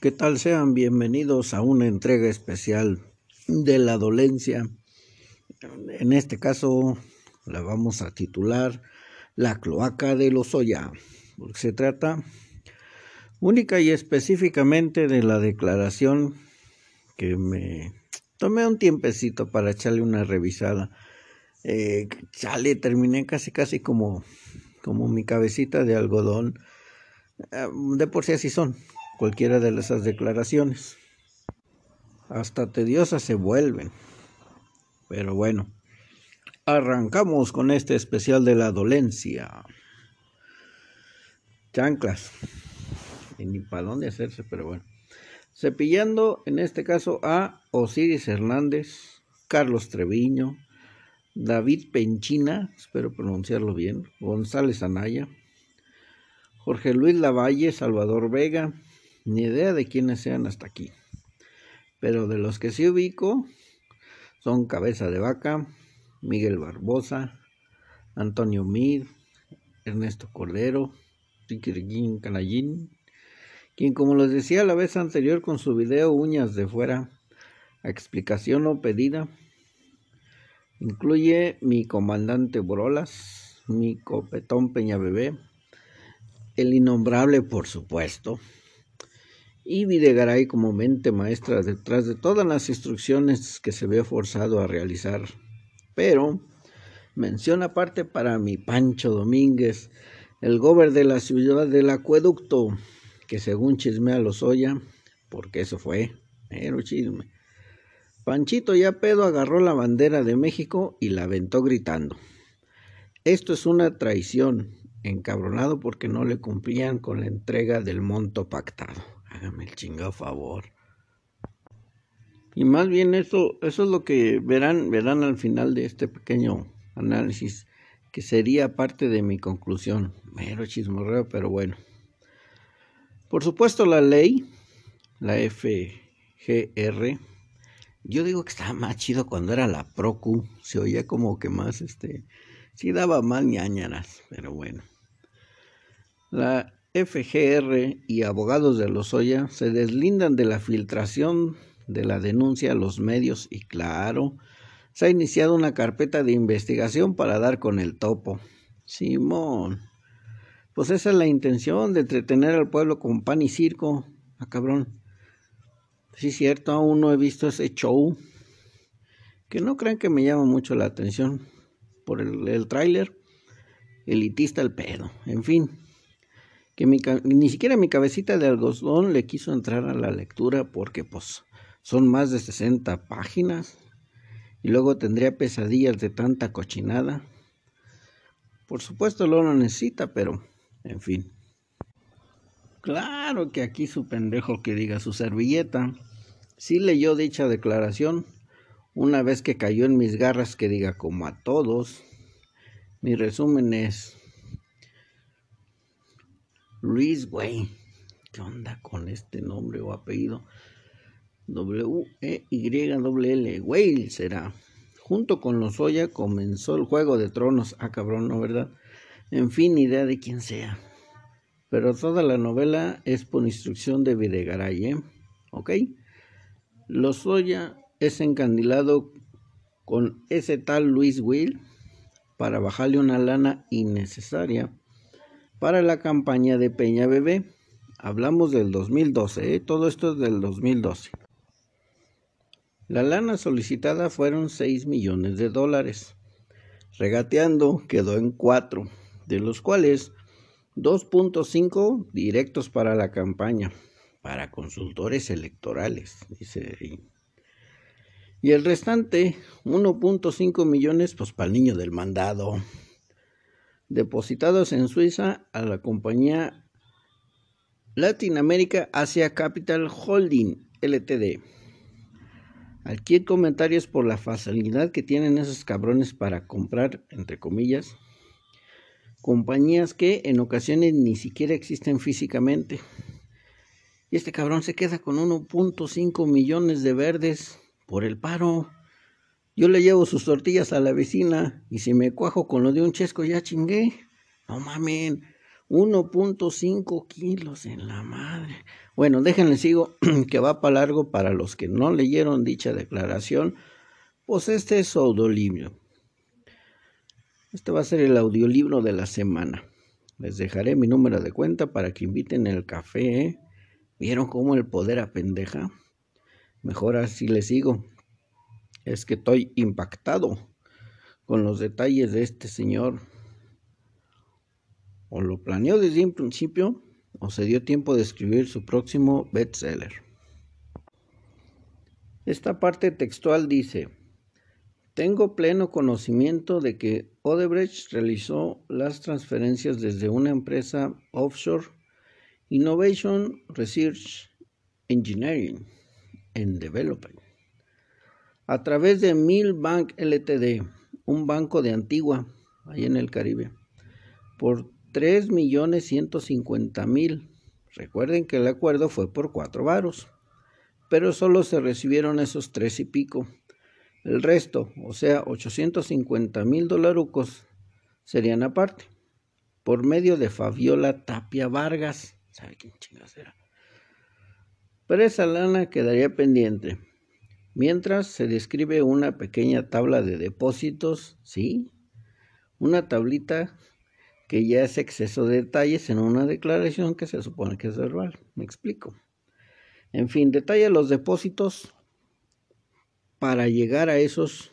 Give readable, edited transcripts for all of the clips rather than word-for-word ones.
¿Qué tal? Sean bienvenidos a una entrega especial de la dolencia. En este caso la vamos a titular La cloaca de Lozoya, porque se trata única y específicamente de la declaración que me tomé un tiempecito para echarle una revisada. Terminé casi como mi cabecita de algodón. De por sí así son cualquiera de esas declaraciones. Hasta tediosas se vuelven. Pero bueno, arrancamos con este especial de la dolencia. Chanclas. Y ni para dónde hacerse, pero bueno. Cepillando en este caso a Osiris Hernández, Carlos Treviño, David Penchina, espero pronunciarlo bien, González Anaya, Jorge Luis Lavalle, Salvador Vega, ni idea de quiénes sean hasta aquí. Pero de los que sí ubico son Cabeza de Vaca, Miguel Barbosa, Antonio Mir, Ernesto Cordero, Riquirguín Canallín, quien, como les decía la vez anterior con su video Uñas de Fuera, a explicación no pedida, incluye mi comandante Brolas, mi copetón Peñabebé, el innombrable por supuesto, y Videgaray como mente maestra detrás de todas las instrucciones que se ve forzado a realizar. Pero mención aparte para mi Pancho Domínguez, el gober de la ciudad del acueducto, que según chismea Lozoya, porque eso fue, mero chisme, Panchito ya pedo agarró la bandera de México y la aventó gritando: esto es una traición, encabronado porque no le cumplían con la entrega del monto pactado. Hágame el chingado favor. Y más bien eso es lo que verán al final de este pequeño análisis, que sería parte de mi conclusión. Mero chismorreo, pero bueno. Por supuesto la ley, la FGR, yo digo que estaba más chido cuando era la Procu, se oía como que más, sí daba más ñañaras, pero bueno. La FGR y abogados de Lozoya se deslindan de la filtración de la denuncia a los medios y claro, se ha iniciado una carpeta de investigación para dar con el topo. Simón, pues esa es la intención, de entretener al pueblo con pan y circo. Cabrón. Sí, cierto, aún no he visto ese show. Que no crean que me llama mucho la atención por el tráiler. Elitista el pedo, en fin. Que ni siquiera mi cabecita de algodón le quiso entrar a la lectura porque pues son más de 60 páginas y luego tendría pesadillas de tanta cochinada. Por supuesto lo necesita, pero en fin. Claro que aquí su pendejo que diga su servilleta sí leyó dicha declaración, una vez que cayó en mis garras que diga como a todos. Mi resumen es: Luis, güey, ¿qué onda con este nombre o apellido? W-E-Y-L-L, güey, será. Junto con Lozoya comenzó el Juego de Tronos. Cabrón, ¿no, verdad? En fin, ni idea de quién sea. Pero toda la novela es por instrucción de Videgaray, ¿ok? Lozoya es encandilado con ese tal Luis Will para bajarle una lana innecesaria para la campaña de Peñabebé. Hablamos del 2012, todo esto es del 2012. La lana solicitada fueron $6 millones. Regateando quedó en 4, de los cuales 2.5 directos para la campaña, para consultores electorales, dice ahí. Y el restante, 1.5 millones, pues para el niño del mandado, depositados en Suiza a la compañía Latin America Asia Capital Holding Ltd. Aquí hay comentarios por la facilidad que tienen esos cabrones para comprar, entre comillas, compañías que en ocasiones ni siquiera existen físicamente. Y este cabrón se queda con 1.5 millones de verdes por el paro. Yo le llevo sus tortillas a la vecina y si me cuajo con lo de un chesco ya chingué. No mamen. 1.5 kilos en la madre. Bueno, déjenle sigo que va para largo para los que no leyeron dicha declaración. Pues este es su audiolibro. Este va a ser el audiolibro de la semana. Les dejaré mi número de cuenta para que inviten el café, ¿eh? ¿Vieron cómo el poder apendeja? Mejor así les sigo. Es que estoy impactado con los detalles de este señor. O lo planeó desde un principio, o se dio tiempo de escribir su próximo bestseller. Esta parte textual dice: tengo pleno conocimiento de que Odebrecht realizó las transferencias desde una empresa offshore, Innovation Research Engineering and Development, a través de Milbank Ltd., un banco de Antigua, ahí en el Caribe, por 3.150.000. Recuerden que el acuerdo fue por 4 varos, pero solo se recibieron esos 3 y pico. El resto, o sea, 850.000 dolarucos, serían aparte, por medio de Fabiola Tapia Vargas. ¿Sabe quién chingas era? Pero esa lana quedaría pendiente. Mientras se describe una pequeña tabla de depósitos, ¿sí? Una tablita que ya es exceso de detalles en una declaración que se supone que es verbal. Me explico. En fin, detalla los depósitos para llegar a esos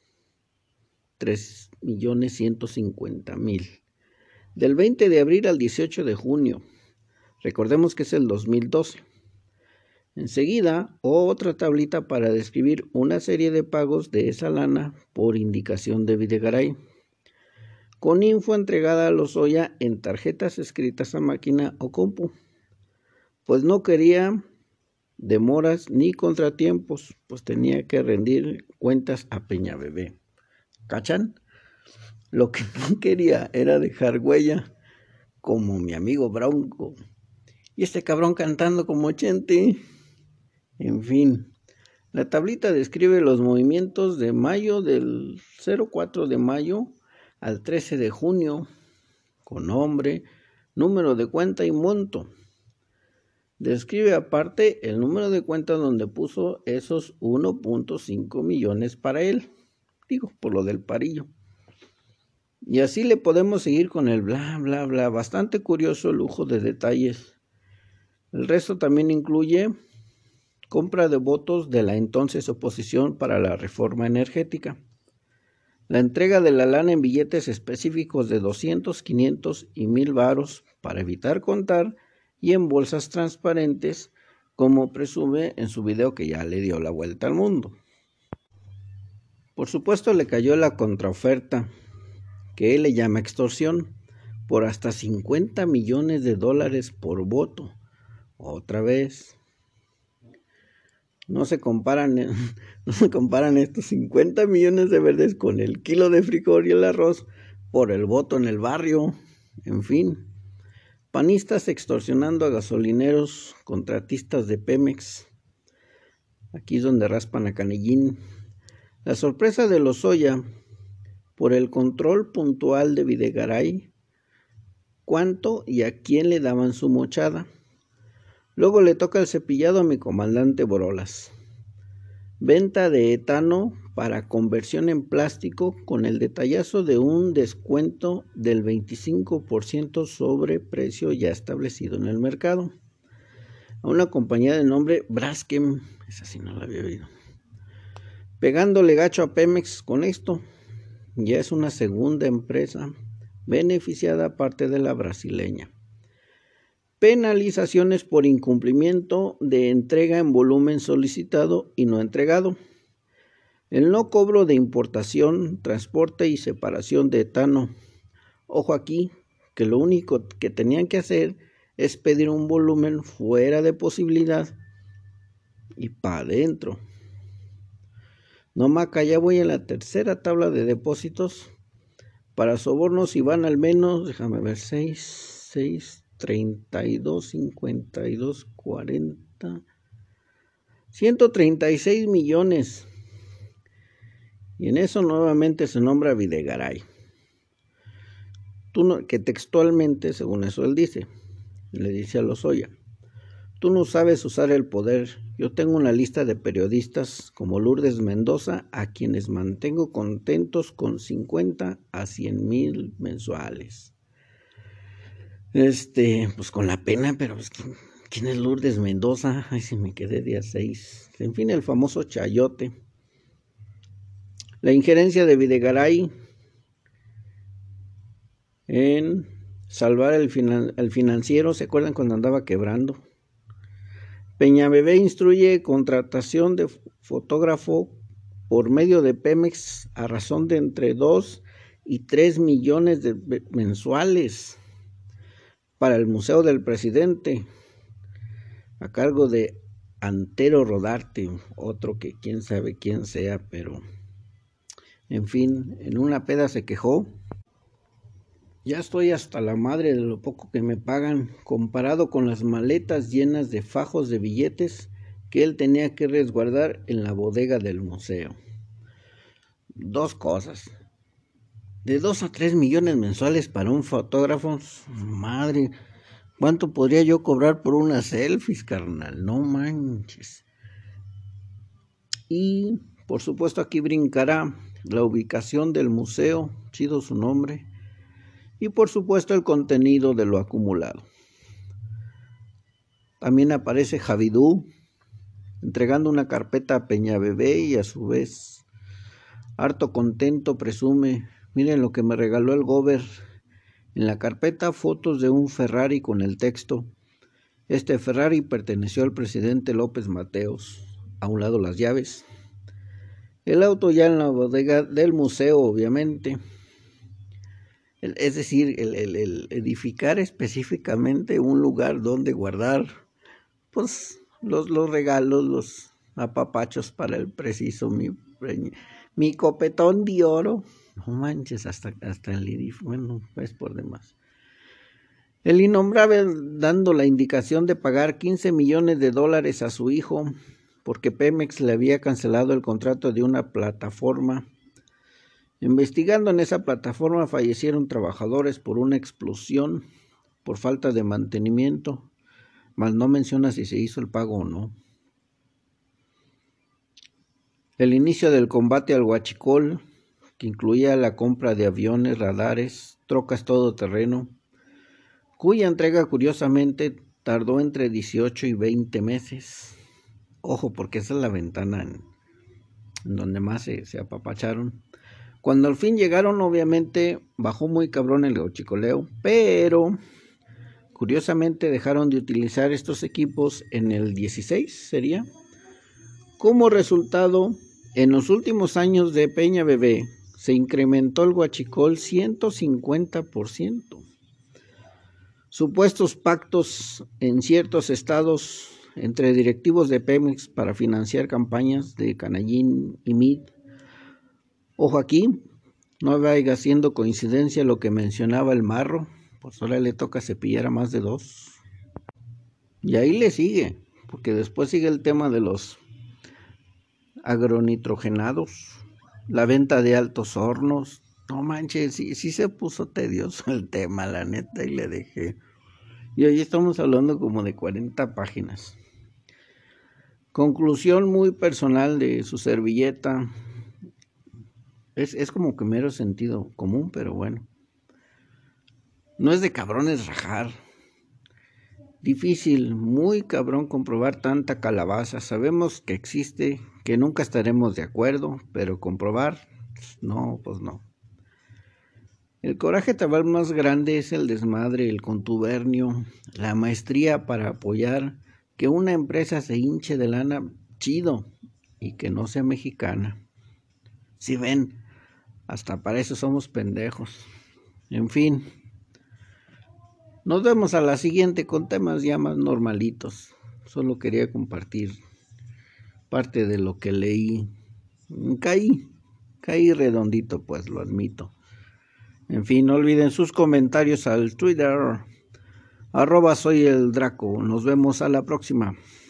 3.150.000. Del 20 de abril al 18 de junio. Recordemos que es el 2012. Enseguida, otra tablita para describir una serie de pagos de esa lana por indicación de Videgaray, con info entregada a Lozoya en tarjetas escritas a máquina o compu, pues no quería demoras ni contratiempos, pues tenía que rendir cuentas a Peñabebé. ¿Cachan? Lo que no quería era dejar huella, como mi amigo Bronco, y este cabrón cantando como Chente. En fin, la tablita describe los movimientos de mayo, del 04 de mayo al 13 de junio, con nombre, número de cuenta y monto. Describe aparte el número de cuenta donde puso esos 1.5 millones para él. Digo, por lo del parillo. Y así le podemos seguir con el bla, bla, bla. Bastante curioso el lujo de detalles. El resto también incluye compra de votos de la entonces oposición para la reforma energética, la entrega de la lana en billetes específicos de 200, 500 y 1,000 varos para evitar contar, y en bolsas transparentes, como presume en su video que ya le dio la vuelta al mundo. Por supuesto le cayó la contraoferta, que él le llama extorsión, por hasta 50 millones de dólares por voto. Otra vez, no se comparan estos 50 millones de verdes con el kilo de frijol y el arroz por el voto en el barrio. En fin, panistas extorsionando a gasolineros, contratistas de Pemex. Aquí es donde raspan a Canellín. La sorpresa de Lozoya por el control puntual de Videgaray, cuánto y a quién le daban su mochada. Luego le toca el cepillado a mi comandante Borolas. Venta de etano para conversión en plástico con el detallazo de un descuento del 25% sobre precio ya establecido en el mercado. A una compañía de nombre Braskem, esa sí no la había oído. Pegándole gacho a Pemex con esto. Ya es una segunda empresa beneficiada aparte de la brasileña. Penalizaciones por incumplimiento de entrega en volumen solicitado y no entregado. El no cobro de importación, transporte y separación de etano. Ojo aquí, que lo único que tenían que hacer es pedir un volumen fuera de posibilidad y para adentro. No maca, ya voy en la tercera tabla de depósitos. Para sobornos y van al menos, déjame ver, 6, 32, 52, 40, 136 millones. Y en eso nuevamente se nombra Videgaray. que textualmente, según eso él dice, le dice a Lozoya, tú no sabes usar el poder. Yo tengo una lista de periodistas como Lourdes Mendoza a quienes mantengo contentos con 50 a 100,000 mensuales. Pues con la pena, pero pues, ¿quién es Lourdes Mendoza? Ay, si me quedé día 6. En fin, el famoso chayote. La injerencia de Videgaray en salvar el financiero, ¿se acuerdan cuando andaba quebrando? Peñabebé instruye contratación de fotógrafo por medio de Pemex a razón de entre 2 y 3 millones de mensuales para el Museo del Presidente, a cargo de Antero Rodarte, otro que quién sabe quién sea, pero en fin, en una peda se quejó. Ya estoy hasta la madre de lo poco que me pagan, comparado con las maletas llenas de fajos de billetes que él tenía que resguardar en la bodega del museo. Dos cosas. De 2 a 3 millones mensuales para un fotógrafo, madre, ¿cuánto podría yo cobrar por unas selfies, carnal? No manches. Y, por supuesto, aquí brincará la ubicación del museo, chido su nombre, y por supuesto el contenido de lo acumulado. También aparece Javidú entregando una carpeta a Peñabebé y a su vez, harto contento, presume, miren lo que me regaló el gober. En la carpeta fotos de un Ferrari con el texto, este Ferrari perteneció al presidente López Mateos. A un lado las llaves. El auto ya en la bodega del museo, obviamente. Es decir, el edificar específicamente un lugar donde guardar pues los regalos, los apapachos para el preciso, mi copetón de oro. No manches, hasta el IDIF, bueno, es por demás. El innombrable dando la indicación de pagar $15 millones a su hijo porque Pemex le había cancelado el contrato de una plataforma. Investigando en esa plataforma fallecieron trabajadores por una explosión por falta de mantenimiento, mas no menciona si se hizo el pago o no. El inicio del combate al huachicol, que incluía la compra de aviones, radares, trocas todoterreno, cuya entrega curiosamente tardó entre 18 y 20 meses. Ojo, porque esa es la ventana en donde más se apapacharon. Cuando al fin llegaron, obviamente, bajó muy cabrón el huachicoleo, pero curiosamente dejaron de utilizar estos equipos en el 16, sería. Como resultado, en los últimos años de Peñabebé, se incrementó el huachicol 150%. Supuestos pactos en ciertos estados entre directivos de Pemex para financiar campañas de Canallín y Mid. Ojo aquí, no vaya siendo coincidencia lo que mencionaba el Marro, pues ahora le toca cepillar a más de 2. Y ahí le sigue, porque después sigue el tema de los agronitrogenados, la venta de altos hornos. No manches, sí se puso tedioso el tema, la neta, y le dejé. Y hoy estamos hablando como de 40 páginas. Conclusión muy personal de su servilleta. Es como que mero sentido común, pero bueno. No es de cabrones rajar. Difícil, muy cabrón comprobar tanta calabaza. Sabemos que existe, que nunca estaremos de acuerdo, pero comprobar, no, pues no. El coraje tabal más grande es el desmadre, el contubernio, la maestría para apoyar que una empresa se hinche de lana chido y que no sea mexicana. Si ven, hasta para eso somos pendejos. En fin, nos vemos a la siguiente con temas ya más normalitos. Solo quería compartir parte de lo que leí. Caí redondito, pues lo admito. En fin, no olviden sus comentarios al Twitter, @soyeldraco. Nos vemos a la próxima.